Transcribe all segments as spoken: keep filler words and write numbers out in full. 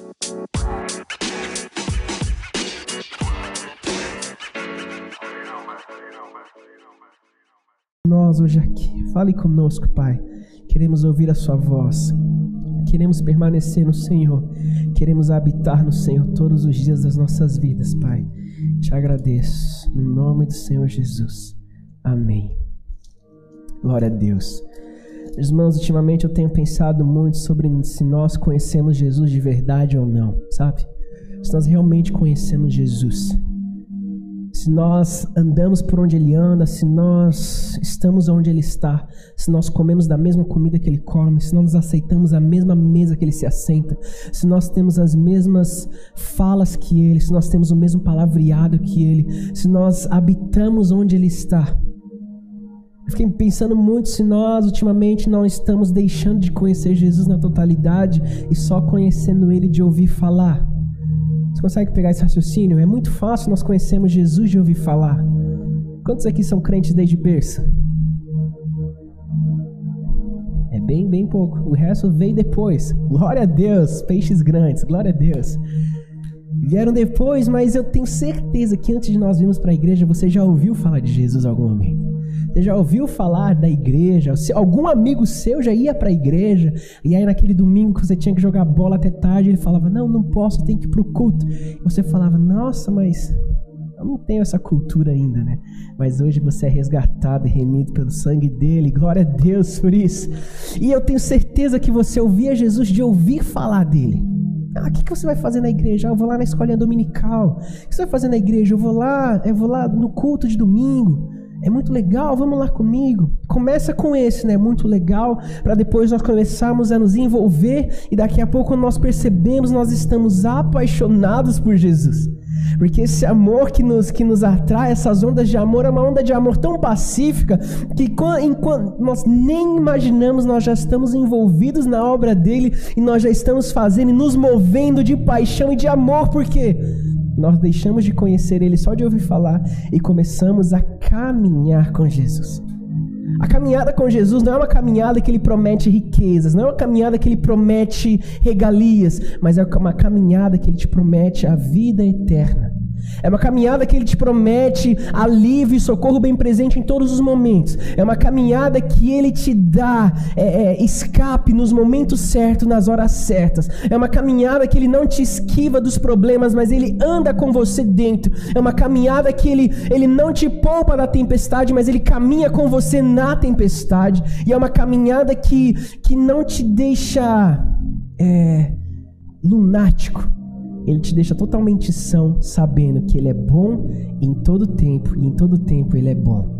Nós hoje aqui, fale conosco, Pai. Queremos ouvir a sua voz. Queremos permanecer no Senhor. Queremos habitar no Senhor todos os dias das nossas vidas, Pai. Te agradeço. No nome do Senhor Jesus. Amém. Glória a Deus. Meus irmãos, ultimamente eu tenho pensado muito sobre se nós conhecemos Jesus de verdade ou não, sabe? Se nós realmente conhecemos Jesus. Se nós andamos por onde Ele anda, se nós estamos onde Ele está, se nós comemos da mesma comida que Ele come, se nós aceitamos a mesma mesa que Ele se assenta, se nós temos as mesmas falas que Ele, se nós temos o mesmo palavreado que Ele, se nós habitamos onde Ele está. Eu fiquei pensando muito se nós ultimamente não estamos deixando de conhecer Jesus na totalidade e só conhecendo Ele de ouvir falar. Você consegue pegar esse raciocínio? É muito fácil nós conhecermos Jesus de ouvir falar. Quantos aqui são crentes desde berço? É bem, bem pouco. O resto veio depois. Glória a Deus, peixes grandes, glória a Deus. Vieram depois, mas eu tenho certeza que antes de nós virmos para a igreja, você já ouviu falar de Jesus em algum momento. Você já ouviu falar da igreja? Se algum amigo seu já ia para a igreja, e aí naquele domingo que você tinha que jogar bola até tarde, ele falava, não, não posso, eu tenho que ir para o culto. E você falava, nossa, mas eu não tenho essa cultura ainda, né? Mas hoje você é resgatado e remido pelo sangue dele, glória a Deus por isso. E eu tenho certeza que você ouvia Jesus de ouvir falar dele. Ah, o que, que você vai fazer na igreja? Ah, eu vou lá na escolinha dominical. O que você vai fazer na igreja? Eu vou lá, eu vou lá no culto de domingo. É muito legal, vamos lá comigo. Começa com esse, né? Muito legal, para depois nós começarmos a nos envolver e daqui a pouco quando nós percebemos, nós estamos apaixonados por Jesus. Porque esse amor que nos, que nos atrai, essas ondas de amor, é uma onda de amor tão pacífica que enquanto nós nem imaginamos, nós já estamos envolvidos na obra dele e nós já estamos fazendo e nos movendo de paixão e de amor, porque nós deixamos de conhecer Ele só de ouvir falar e começamos a caminhar com Jesus. A caminhada com Jesus não é uma caminhada que Ele promete riquezas, não é uma caminhada que Ele promete regalias, mas é uma caminhada que Ele te promete a vida eterna. É uma caminhada que Ele te promete alívio e socorro bem presente em todos os momentos. É uma caminhada que Ele te dá é, é, escape nos momentos certos, nas horas certas. É uma caminhada que Ele não te esquiva dos problemas, mas Ele anda com você dentro. É uma caminhada que Ele, ele não te poupa da tempestade, mas Ele caminha com você na tempestade. E é uma caminhada que, que não te deixa é, lunático. Ele te deixa totalmente são, sabendo que Ele é bom em todo tempo, e em todo tempo Ele é bom.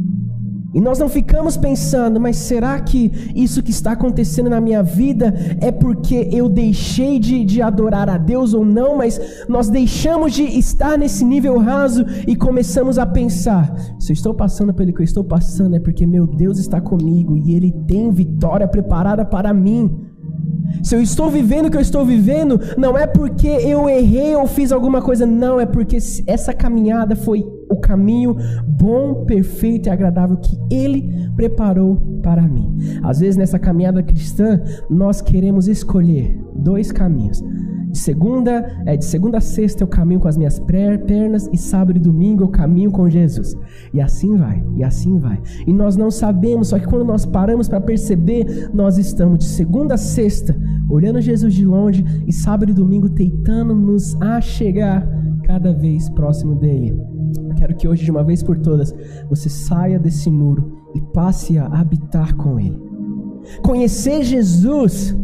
E nós não ficamos pensando, mas será que isso que está acontecendo na minha vida é porque eu deixei de, de adorar a Deus ou não? Mas nós deixamos de estar nesse nível raso e começamos a pensar, se eu estou passando pelo que eu estou passando é porque meu Deus está comigo e Ele tem vitória preparada para mim. Se eu estou vivendo o que eu estou vivendo, não é porque eu errei ou fiz alguma coisa, não, é porque essa caminhada foi o caminho bom, perfeito e agradável que Ele preparou para mim. Às vezes nessa caminhada cristã, nós queremos escolher dois caminhos. De segunda, é, de segunda a sexta eu caminho com as minhas pernas e sábado e domingo eu caminho com Jesus. E assim vai, e assim vai. E nós não sabemos, só que quando nós paramos para perceber, nós estamos de segunda a sexta olhando Jesus de longe e sábado e domingo tentando nos achegar cada vez próximo dele. Eu quero que hoje, de uma vez por todas, você saia desse muro e passe a habitar com Ele. Conhecer Jesus...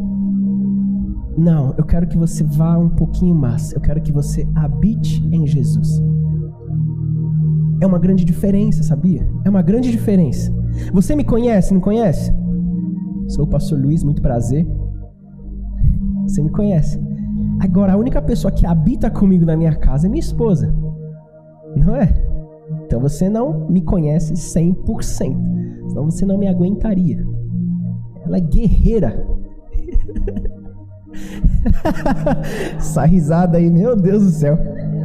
Não, eu quero que você vá um pouquinho mais. Eu quero que você habite em Jesus. É uma grande diferença, sabia? É uma grande diferença. Você me conhece, não conhece? Sou o pastor Luiz, muito prazer. Você me conhece. Agora, a única pessoa que habita comigo na minha casa é minha esposa. Não é? Então você não me conhece cem por cento. Senão você não me aguentaria. Ela é guerreira. Essa risada aí, meu Deus do céu.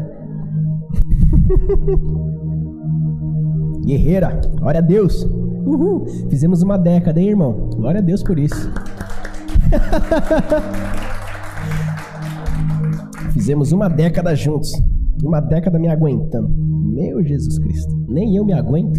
Guerreira, glória a Deus. Uhul. Fizemos uma década, hein, irmão? Glória a Deus por isso. Fizemos uma década juntos. Uma década me aguentando. Meu Jesus Cristo. Nem eu me aguento.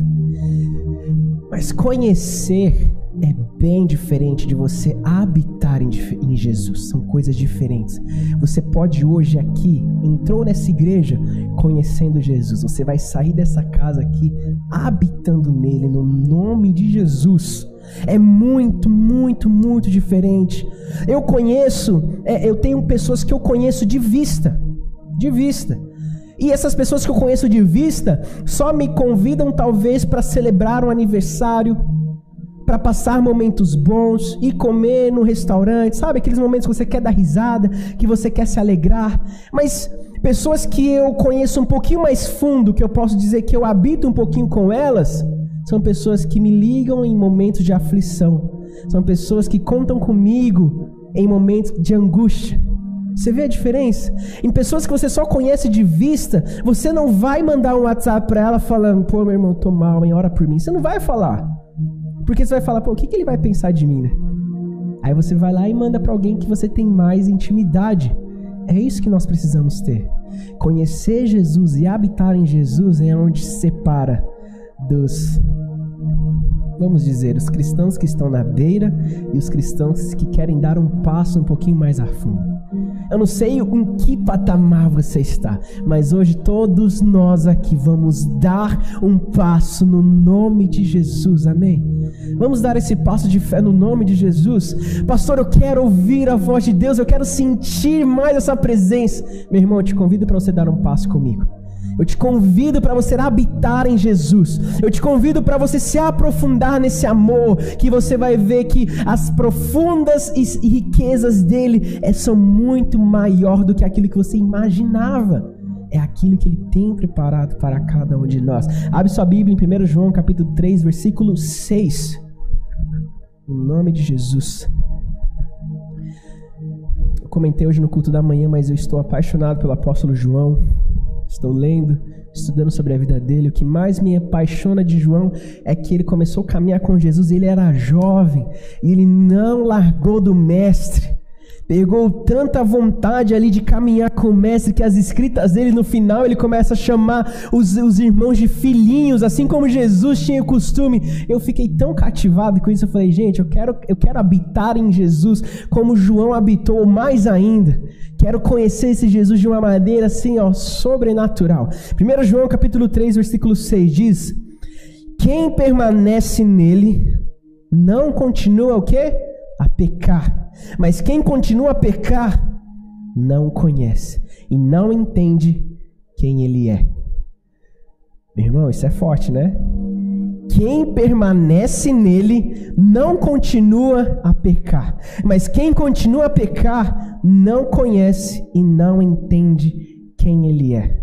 Mas conhecer é bem diferente de você habitar em, em Jesus. São coisas diferentes. Você pode hoje aqui, entrou nessa igreja conhecendo Jesus. Você vai sair dessa casa aqui habitando nele, no nome de Jesus. É muito, muito, muito diferente. Eu conheço, é, eu tenho pessoas que eu conheço de vista. De vista. E essas pessoas que eu conheço de vista só me convidam talvez para celebrar um aniversário, para passar momentos bons e comer no restaurante, sabe? Aqueles momentos que você quer dar risada, que você quer se alegrar. Mas pessoas que eu conheço um pouquinho mais fundo, que eu posso dizer que eu habito um pouquinho com elas, são pessoas que me ligam em momentos de aflição. São pessoas que contam comigo em momentos de angústia. Você vê a diferença? Em pessoas que você só conhece de vista, você não vai mandar um WhatsApp para ela falando: pô, meu irmão, tô mal, hein? Ora por mim. Você não vai falar. Porque você vai falar: pô, o que, que ele vai pensar de mim, né? Aí você vai lá e manda para alguém que você tem mais intimidade. É isso que nós precisamos ter. Conhecer Jesus e habitar em Jesus é onde se separa dos, vamos dizer, os cristãos que estão na beira e os cristãos que querem dar um passo um pouquinho mais a fundo. Eu não sei em que patamar você está, mas hoje todos nós aqui vamos dar um passo no nome de Jesus, amém? Vamos dar esse passo de fé no nome de Jesus. Pastor, eu quero ouvir a voz de Deus, eu quero sentir mais essa presença. Meu irmão, eu te convido para você dar um passo comigo. Eu te convido para você habitar em Jesus. Eu te convido para você se aprofundar nesse amor, que você vai ver que as profundas e riquezas dele são muito maior do que aquilo que você imaginava. É aquilo que ele tem preparado para cada um de nós. Abre sua Bíblia em primeiro João capítulo três, versículo seis. Em nome de Jesus. Eu comentei hoje no culto da manhã, mas eu estou apaixonado pelo apóstolo João. Estou lendo, estudando sobre a vida dele. O que mais me apaixona de João é que ele começou a caminhar com Jesus. Ele era jovem e ele não largou do mestre. Pegou tanta vontade ali de caminhar com o mestre que as escritas dele no final ele começa a chamar os, os irmãos de filhinhos, assim como Jesus tinha o costume. Eu fiquei tão cativado com isso. Eu falei: gente, eu quero, eu quero habitar em Jesus como João habitou, mais ainda. Quero conhecer esse Jesus de uma maneira assim, ó, sobrenatural. primeiro João capítulo três, versículo seis diz: quem permanece nele não continua o quê? A pecar. Mas quem continua a pecar não o conhece e não entende quem ele é. Meu irmão, isso é forte, né? Quem permanece nele não continua a pecar. Mas quem continua a pecar não conhece e não entende quem ele é.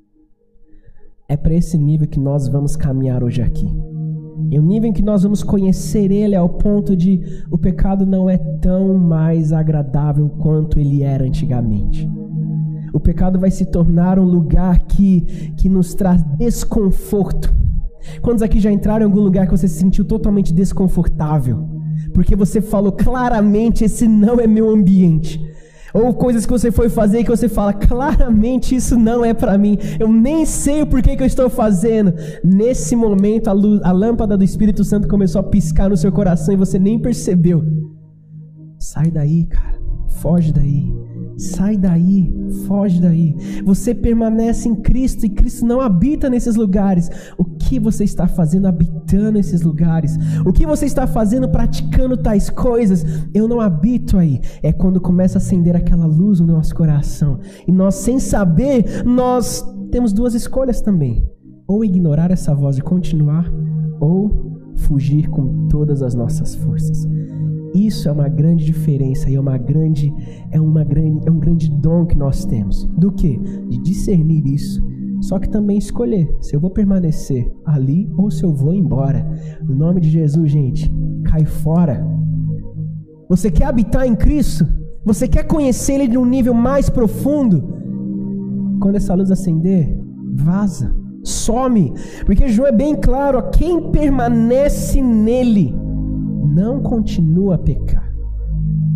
É para esse nível que nós vamos caminhar hoje aqui. Em um nível em que nós vamos conhecer ele ao ponto de o pecado não é tão mais agradável quanto ele era antigamente. O pecado vai se tornar um lugar que, que nos traz desconforto. Quantos aqui já entraram em algum lugar que você se sentiu totalmente desconfortável? Porque você falou claramente: esse não é meu ambiente. Ou coisas que você foi fazer e que você fala: claramente isso não é para mim. Eu nem sei o porquê que eu estou fazendo. Nesse momento a, luz, a lâmpada do Espírito Santo começou a piscar no seu coração e você nem percebeu. Sai daí, cara. Foge daí. Sai daí, foge daí. Você permanece em Cristo e Cristo não habita nesses lugares. O que você está fazendo habitando esses lugares? O que você está fazendo praticando tais coisas? Eu não habito aí. É quando começa a acender aquela luz no nosso coração. E nós, sem saber, nós temos duas escolhas também. Ou ignorar essa voz e continuar, ou fugir com todas as nossas forças. Isso é uma grande diferença e é uma grande, é uma grande, é um grande dom que nós temos. Do que? De discernir isso. Só que também escolher se eu vou permanecer ali ou se eu vou embora. No nome de Jesus, gente, cai fora. Você quer habitar em Cristo? Você quer conhecer Ele de um nível mais profundo? Quando essa luz acender, vaza, some. Porque João é bem claro, ó, quem permanece nele não continua a pecar.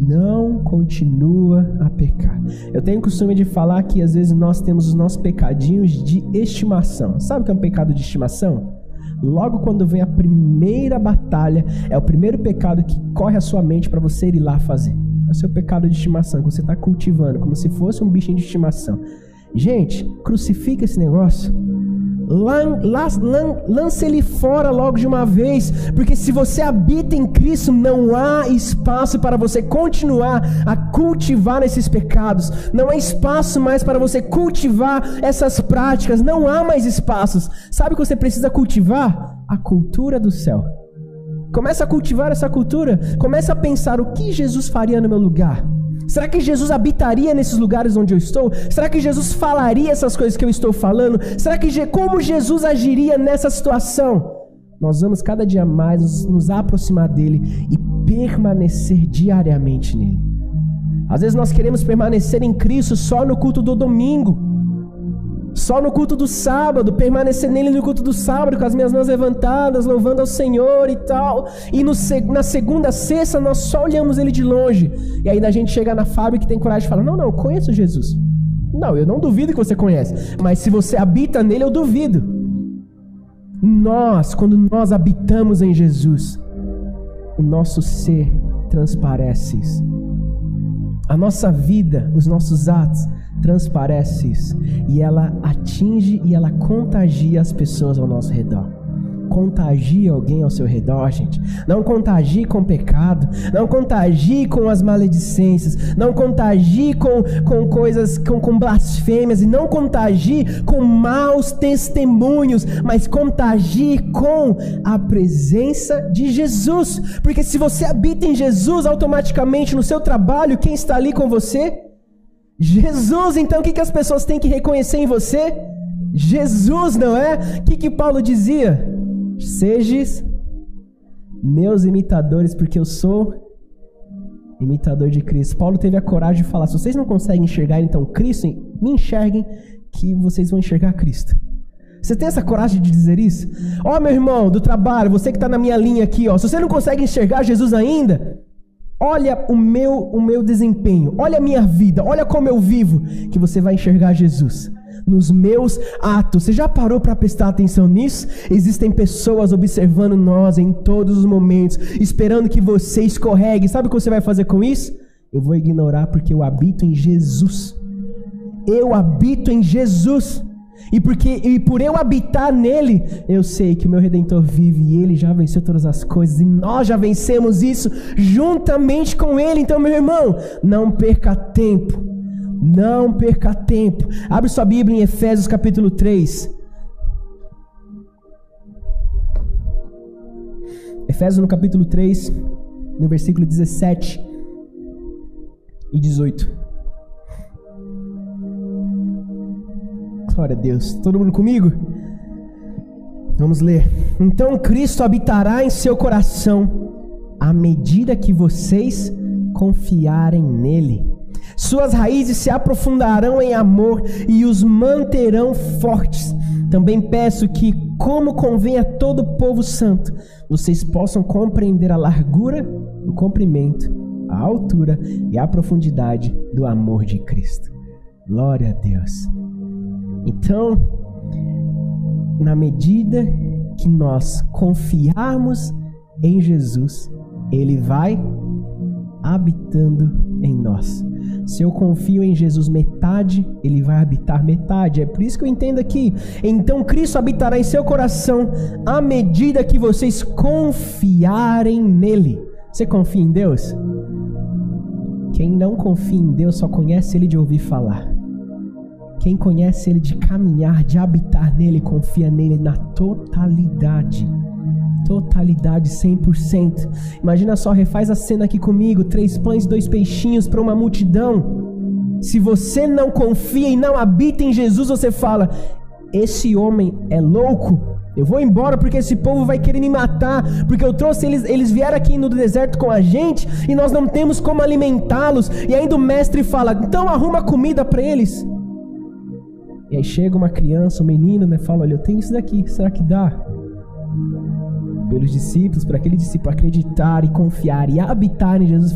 não continua a pecar. Eu tenho o costume de falar que às vezes nós temos os nossos pecadinhos de estimação. Sabe o que é um pecado de estimação? Logo quando vem a primeira batalha, é o primeiro pecado que corre a sua mente para você ir lá fazer. É o seu pecado de estimação, que você está cultivando, como se fosse um bichinho de estimação. Gente, crucifica esse negócio. Lan, lan, lan, lance ele fora logo de uma vez, porque se você habita em Cristo, não há espaço para você continuar a cultivar esses pecados, não há espaço mais para você cultivar essas práticas, não há mais espaços. Sabe o que você precisa cultivar? A cultura do céu. Começa a cultivar essa cultura, começa a pensar: o que Jesus faria no meu lugar? Será que Jesus habitaria nesses lugares onde eu estou? Será que Jesus falaria essas coisas que eu estou falando? Será que como Jesus agiria nessa situação? Nós vamos cada dia mais nos, nos aproximar dele e permanecer diariamente nele. Às vezes nós queremos permanecer em Cristo só no culto do domingo, só no culto do sábado, permanecer nele no culto do sábado, com as minhas mãos levantadas, louvando ao Senhor e tal. E no, na segunda, sexta, nós só olhamos ele de longe. E aí a gente chega na fábrica e tem coragem de falar: não, não, eu conheço Jesus. Não, eu não duvido que você conhece, mas se você habita nele, eu duvido. Nós, quando nós habitamos em Jesus, o nosso ser transparece isso. A nossa vida, os nossos atos transparece isso, e ela atinge e ela contagia as pessoas ao nosso redor. Contagie alguém ao seu redor, gente. Não contagie com pecado, não contagie com as maledicências, não contagie com, com coisas, com, com blasfêmias, e não contagie com maus testemunhos, mas contagie com a presença de Jesus. Porque se você habita em Jesus, automaticamente no seu trabalho, quem está ali com você? Jesus. Então o que, que as pessoas têm que reconhecer em você? Jesus, não é? O que, que Paulo dizia? Sejais meus imitadores, porque eu sou imitador de Cristo. Paulo teve a coragem de falar: se vocês não conseguem enxergar então Cristo, me enxerguem que vocês vão enxergar Cristo. Você tem essa coragem de dizer isso? Ó, meu irmão do trabalho, você que está na minha linha aqui, ó, se você não consegue enxergar Jesus ainda, olha o meu, o meu desempenho, olha a minha vida, olha como eu vivo, que você vai enxergar Jesus nos meus atos. Você já parou para prestar atenção nisso? Existem pessoas observando nós em todos os momentos, esperando que você escorregue. Sabe o que você vai fazer com isso? Eu vou ignorar, porque eu habito em Jesus. Eu habito em Jesus. E, porque, e por eu habitar nele, eu sei que o meu Redentor vive e ele já venceu todas as coisas, e nós já vencemos isso juntamente com ele. Então, meu irmão, não perca tempo. Não perca tempo. Abre sua Bíblia em Efésios capítulo três. Efésios no capítulo três, no versículo dezessete e dezoito. Glória a Deus. Todo mundo comigo? Vamos ler. Então Cristo habitará em seu coração à medida que vocês confiarem nele. Suas raízes se aprofundarão em amor e os manterão fortes. Também peço que, como convém a todo o povo santo, vocês possam compreender a largura, o comprimento, a altura e a profundidade do amor de Cristo. Glória a Deus. Então, na medida que nós confiarmos em Jesus, Ele vai habitando em nós. Se eu confio em Jesus metade, Ele vai habitar metade. É por isso que eu entendo aqui. Então Cristo habitará em seu coração à medida que vocês confiarem nele. Você confia em Deus? Quem não confia em Deus só conhece Ele de ouvir falar. Quem conhece Ele de caminhar, de habitar nele, confia nele na totalidade. Totalidade, cem por cento. Imagina só, refaz a cena aqui comigo. Três pães e dois peixinhos para uma multidão. Se você não confia e não habita em Jesus, você fala: esse homem é louco, eu vou embora porque esse povo vai querer me matar, porque eu trouxe eles, eles vieram aqui no deserto com a gente e nós não temos como alimentá-los. E ainda o mestre fala: então arruma comida para eles. E aí chega uma criança, um menino, né, fala: olha, eu tenho isso daqui, será que dá? Pelos discípulos, para aquele discípulo acreditar e confiar e habitar em Jesus, falou: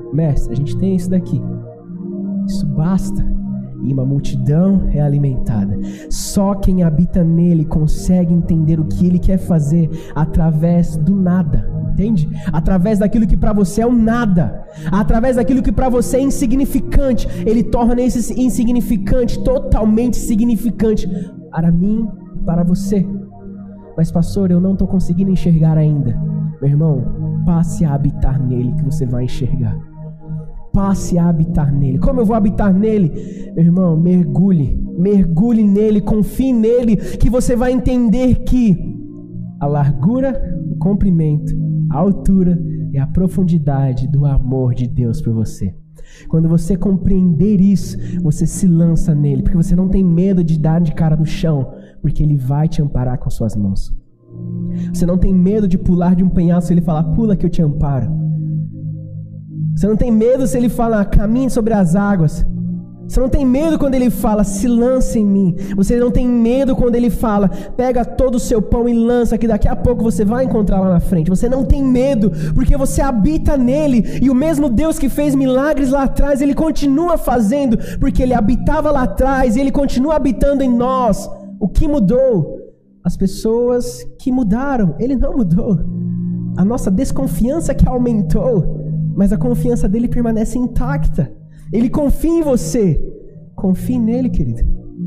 mestre, a gente tem isso daqui. Isso basta. E uma multidão é alimentada. Só quem habita nele consegue entender o que ele quer fazer através do nada. Entende? Através daquilo que para você é um nada. Através daquilo que para você é insignificante. Ele torna esse insignificante totalmente significante para mim e para você. Mas pastor, eu não estou conseguindo enxergar ainda. Meu irmão, passe a habitar nele que você vai enxergar. Passe a habitar nele. Como eu vou habitar nele? Meu irmão, mergulhe. Mergulhe nele, confie nele, que você vai entender que a largura, o comprimento, a altura e a profundidade do amor de Deus por você. Quando você compreender isso, você se lança nele, porque você não tem medo de dar de cara no chão, porque ele vai te amparar com suas mãos. Você não tem medo de pular de um penhasco e ele falar, pula que eu te amparo. Você não tem medo se ele fala, caminhe sobre as águas. Você não tem medo quando ele fala, se lance em mim. Você não tem medo quando ele fala, pega todo o seu pão e lança, que daqui a pouco você vai encontrar lá na frente. Você não tem medo, porque você habita nele. E o mesmo Deus que fez milagres lá atrás, ele continua fazendo, porque ele habitava lá atrás e ele continua habitando em nós. O que mudou? As pessoas que mudaram. Ele não mudou. A nossa desconfiança que aumentou, mas a confiança dele permanece intacta. Ele confia em você. Confie nele, querido.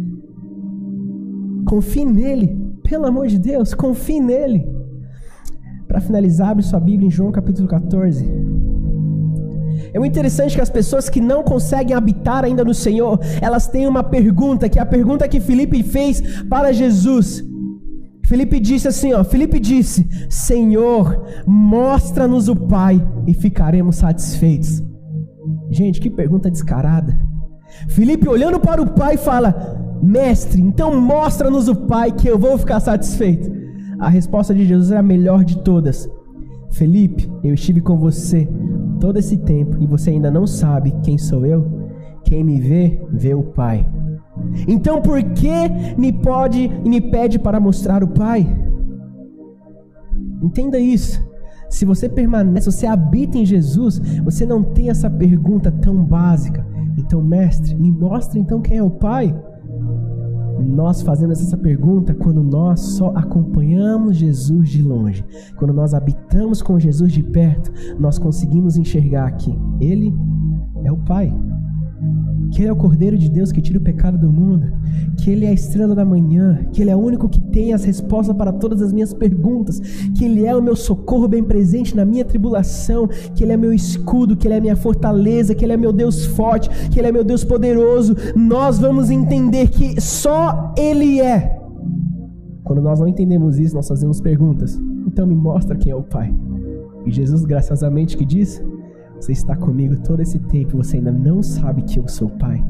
Confie nele. Pelo amor de Deus, confie nele. Para finalizar, abre sua Bíblia em João capítulo catorze. É muito interessante que as pessoas que não conseguem habitar ainda no Senhor, elas têm uma pergunta, que é a pergunta que Filipe fez para Jesus. Filipe disse assim, ó, Filipe disse, Senhor, mostra-nos o Pai e ficaremos satisfeitos. Gente, que pergunta descarada. Filipe olhando para o Pai fala, mestre, então mostra-nos o Pai que eu vou ficar satisfeito. A resposta de Jesus é a melhor de todas. Filipe, eu estive com você todo esse tempo e você ainda não sabe quem sou eu? Quem me vê, vê o Pai. Então por que me pode e me pede para mostrar o Pai? Entenda isso. Se você permanece, se você habita em Jesus, você não tem essa pergunta tão básica. Então, mestre, me mostra então quem é o Pai. Nós fazemos essa pergunta quando nós só acompanhamos Jesus de longe. Quando nós habitamos com Jesus de perto, nós conseguimos enxergar que Ele é o Pai. Que Ele é o Cordeiro de Deus que tira o pecado do mundo, que Ele é a estrela da manhã, que Ele é o único que tem as respostas para todas as minhas perguntas, que Ele é o meu socorro bem presente na minha tribulação, que Ele é meu escudo, que Ele é minha fortaleza, que Ele é meu Deus forte, que Ele é meu Deus poderoso. Nós vamos entender que só Ele é. Quando nós não entendemos isso, nós fazemos perguntas. Então me mostra quem é o Pai. E Jesus graciosamente que diz, você está comigo todo esse tempo e você ainda não sabe que eu sou o Pai.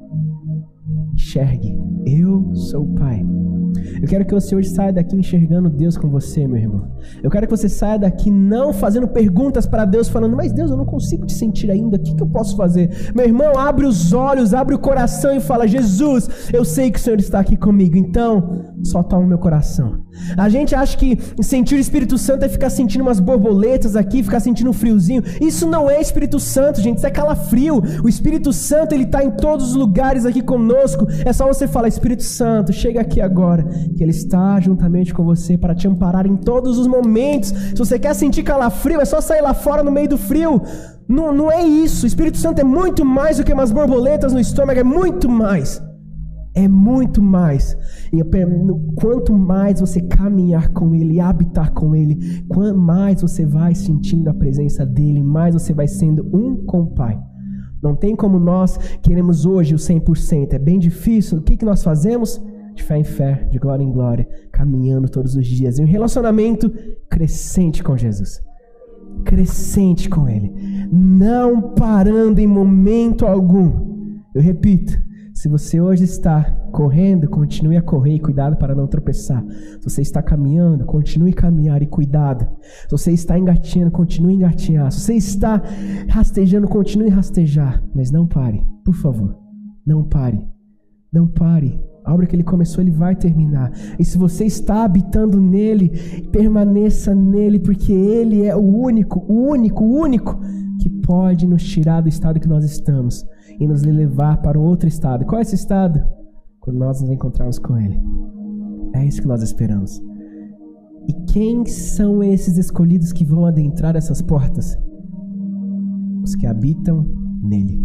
Enxergue, eu sou o Pai. Eu quero que você hoje saia daqui enxergando Deus com você, meu irmão. Eu quero que você saia daqui não fazendo perguntas para Deus, falando, mas Deus, eu não consigo te sentir ainda, o que, que eu posso fazer? Meu irmão, abre os olhos, abre o coração e fala, Jesus, eu sei que o Senhor está aqui comigo, então só toma o meu coração. A gente acha que sentir o Espírito Santo é ficar sentindo umas borboletas aqui, ficar sentindo um friozinho. Isso não é Espírito Santo, gente, isso é calafrio. O Espírito Santo, ele está em todos os lugares aqui conosco. É só você falar, Espírito Santo, chega aqui agora, que Ele está juntamente com você para te amparar em todos os momentos. Se você quer sentir calafrio, é só sair lá fora no meio do frio. Não, não é isso. O Espírito Santo é muito mais do que umas borboletas no estômago, é muito mais. É muito mais. E quanto mais você caminhar com Ele e habitar com Ele, quanto mais você vai sentindo a presença dEle, mais você vai sendo um com o Pai. Não tem como nós queremos hoje o cem por cento. É bem difícil. O que, que nós fazemos? De fé em fé, de glória em glória, caminhando todos os dias. E um relacionamento crescente com Jesus. Crescente com Ele. Não parando em momento algum. Eu repito. Se você hoje está correndo, continue a correr e cuidado para não tropeçar. Se você está caminhando, continue a caminhar e cuidado. Se você está engatinhando, continue a engatinhar. Se você está rastejando, continue a rastejar. Mas não pare, por favor. Não pare. Não pare. A obra que Ele começou, Ele vai terminar. E se você está habitando nele, permaneça nele, porque Ele é o único, o único, o único que pode nos tirar do estado que nós estamos e nos levar para um outro estado. Qual é esse estado? Quando nós nos encontrarmos com Ele. É isso que nós esperamos. E quem são esses escolhidos que vão adentrar essas portas? Os que habitam nele.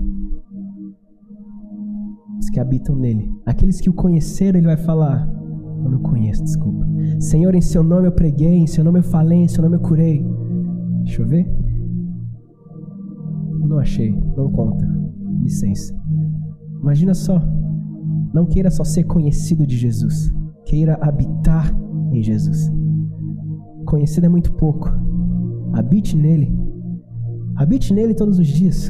Os que habitam nele. Aqueles que o conheceram, ele vai falar: eu não conheço, desculpa. Senhor, em seu nome eu preguei, em seu nome eu falei, em seu nome eu curei. Deixa eu ver. Não achei, não conta. Licença. Imagina só. Não queira só ser conhecido de Jesus. Queira habitar em Jesus. Conhecido é muito pouco. Habite nele. Habite nele todos os dias.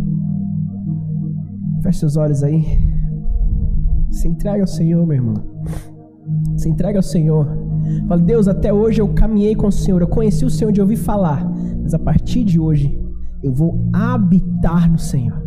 Feche seus olhos aí. Se entrega ao Senhor, meu irmão. Se entrega ao Senhor. Fala: Deus, até hoje eu caminhei com o Senhor. Eu conheci o Senhor de ouvir falar. Mas a partir de hoje eu vou habitar no Senhor.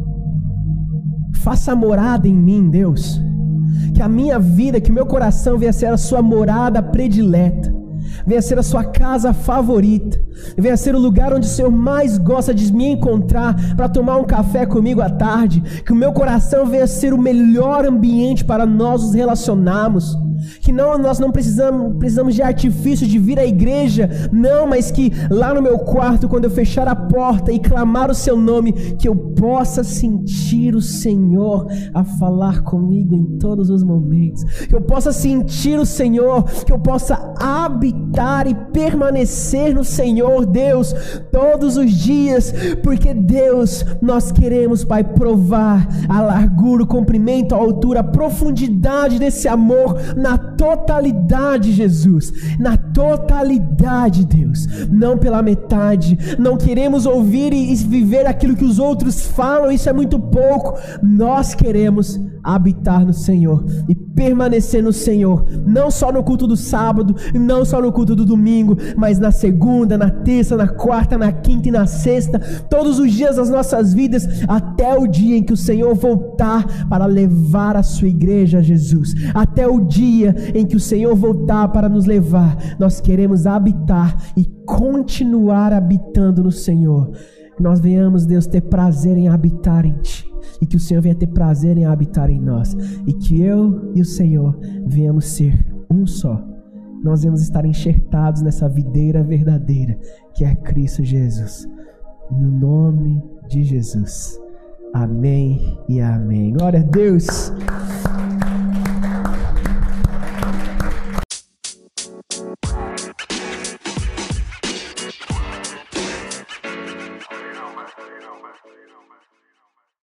Faça morada em mim, Deus. Que a minha vida, que o meu coração venha a ser a sua morada predileta. Venha ser a sua casa favorita. Venha ser o lugar onde o Senhor mais gosta de me encontrar para tomar um café comigo à tarde. Que o meu coração venha ser o melhor ambiente para nós nos relacionarmos. Que não, nós não precisamos, precisamos de artifício de vir à igreja. Não, mas que lá no meu quarto, quando eu fechar a porta e clamar o seu nome, que eu possa sentir o Senhor a falar comigo em todos os momentos. Que eu possa sentir o Senhor, que eu possa habitar e permanecer no Senhor, Deus, todos os dias. Porque, Deus, nós queremos, Pai, provar a largura, o comprimento, a altura, a profundidade desse amor na totalidade, Jesus, na totalidade, Deus, não pela metade. Não queremos ouvir e viver aquilo que os outros falam, isso é muito pouco. Nós queremos habitar no Senhor e permanecer no Senhor, não só no culto do sábado, não só no culto do domingo, mas na segunda, na terça, na quarta, na quinta e na sexta, todos os dias das nossas vidas, até o dia em que o Senhor voltar para levar a sua igreja a Jesus, até o dia em que o Senhor voltar para nos levar. Nós queremos habitar e continuar habitando no Senhor. Que nós venhamos, Deus, ter prazer em habitar em Ti, e que o Senhor venha ter prazer em habitar em nós, e que eu e o Senhor venhamos ser um só. Nós vamos estar enxertados nessa videira verdadeira que é Cristo Jesus. No nome de Jesus. Amém e amém. Glória a Deus.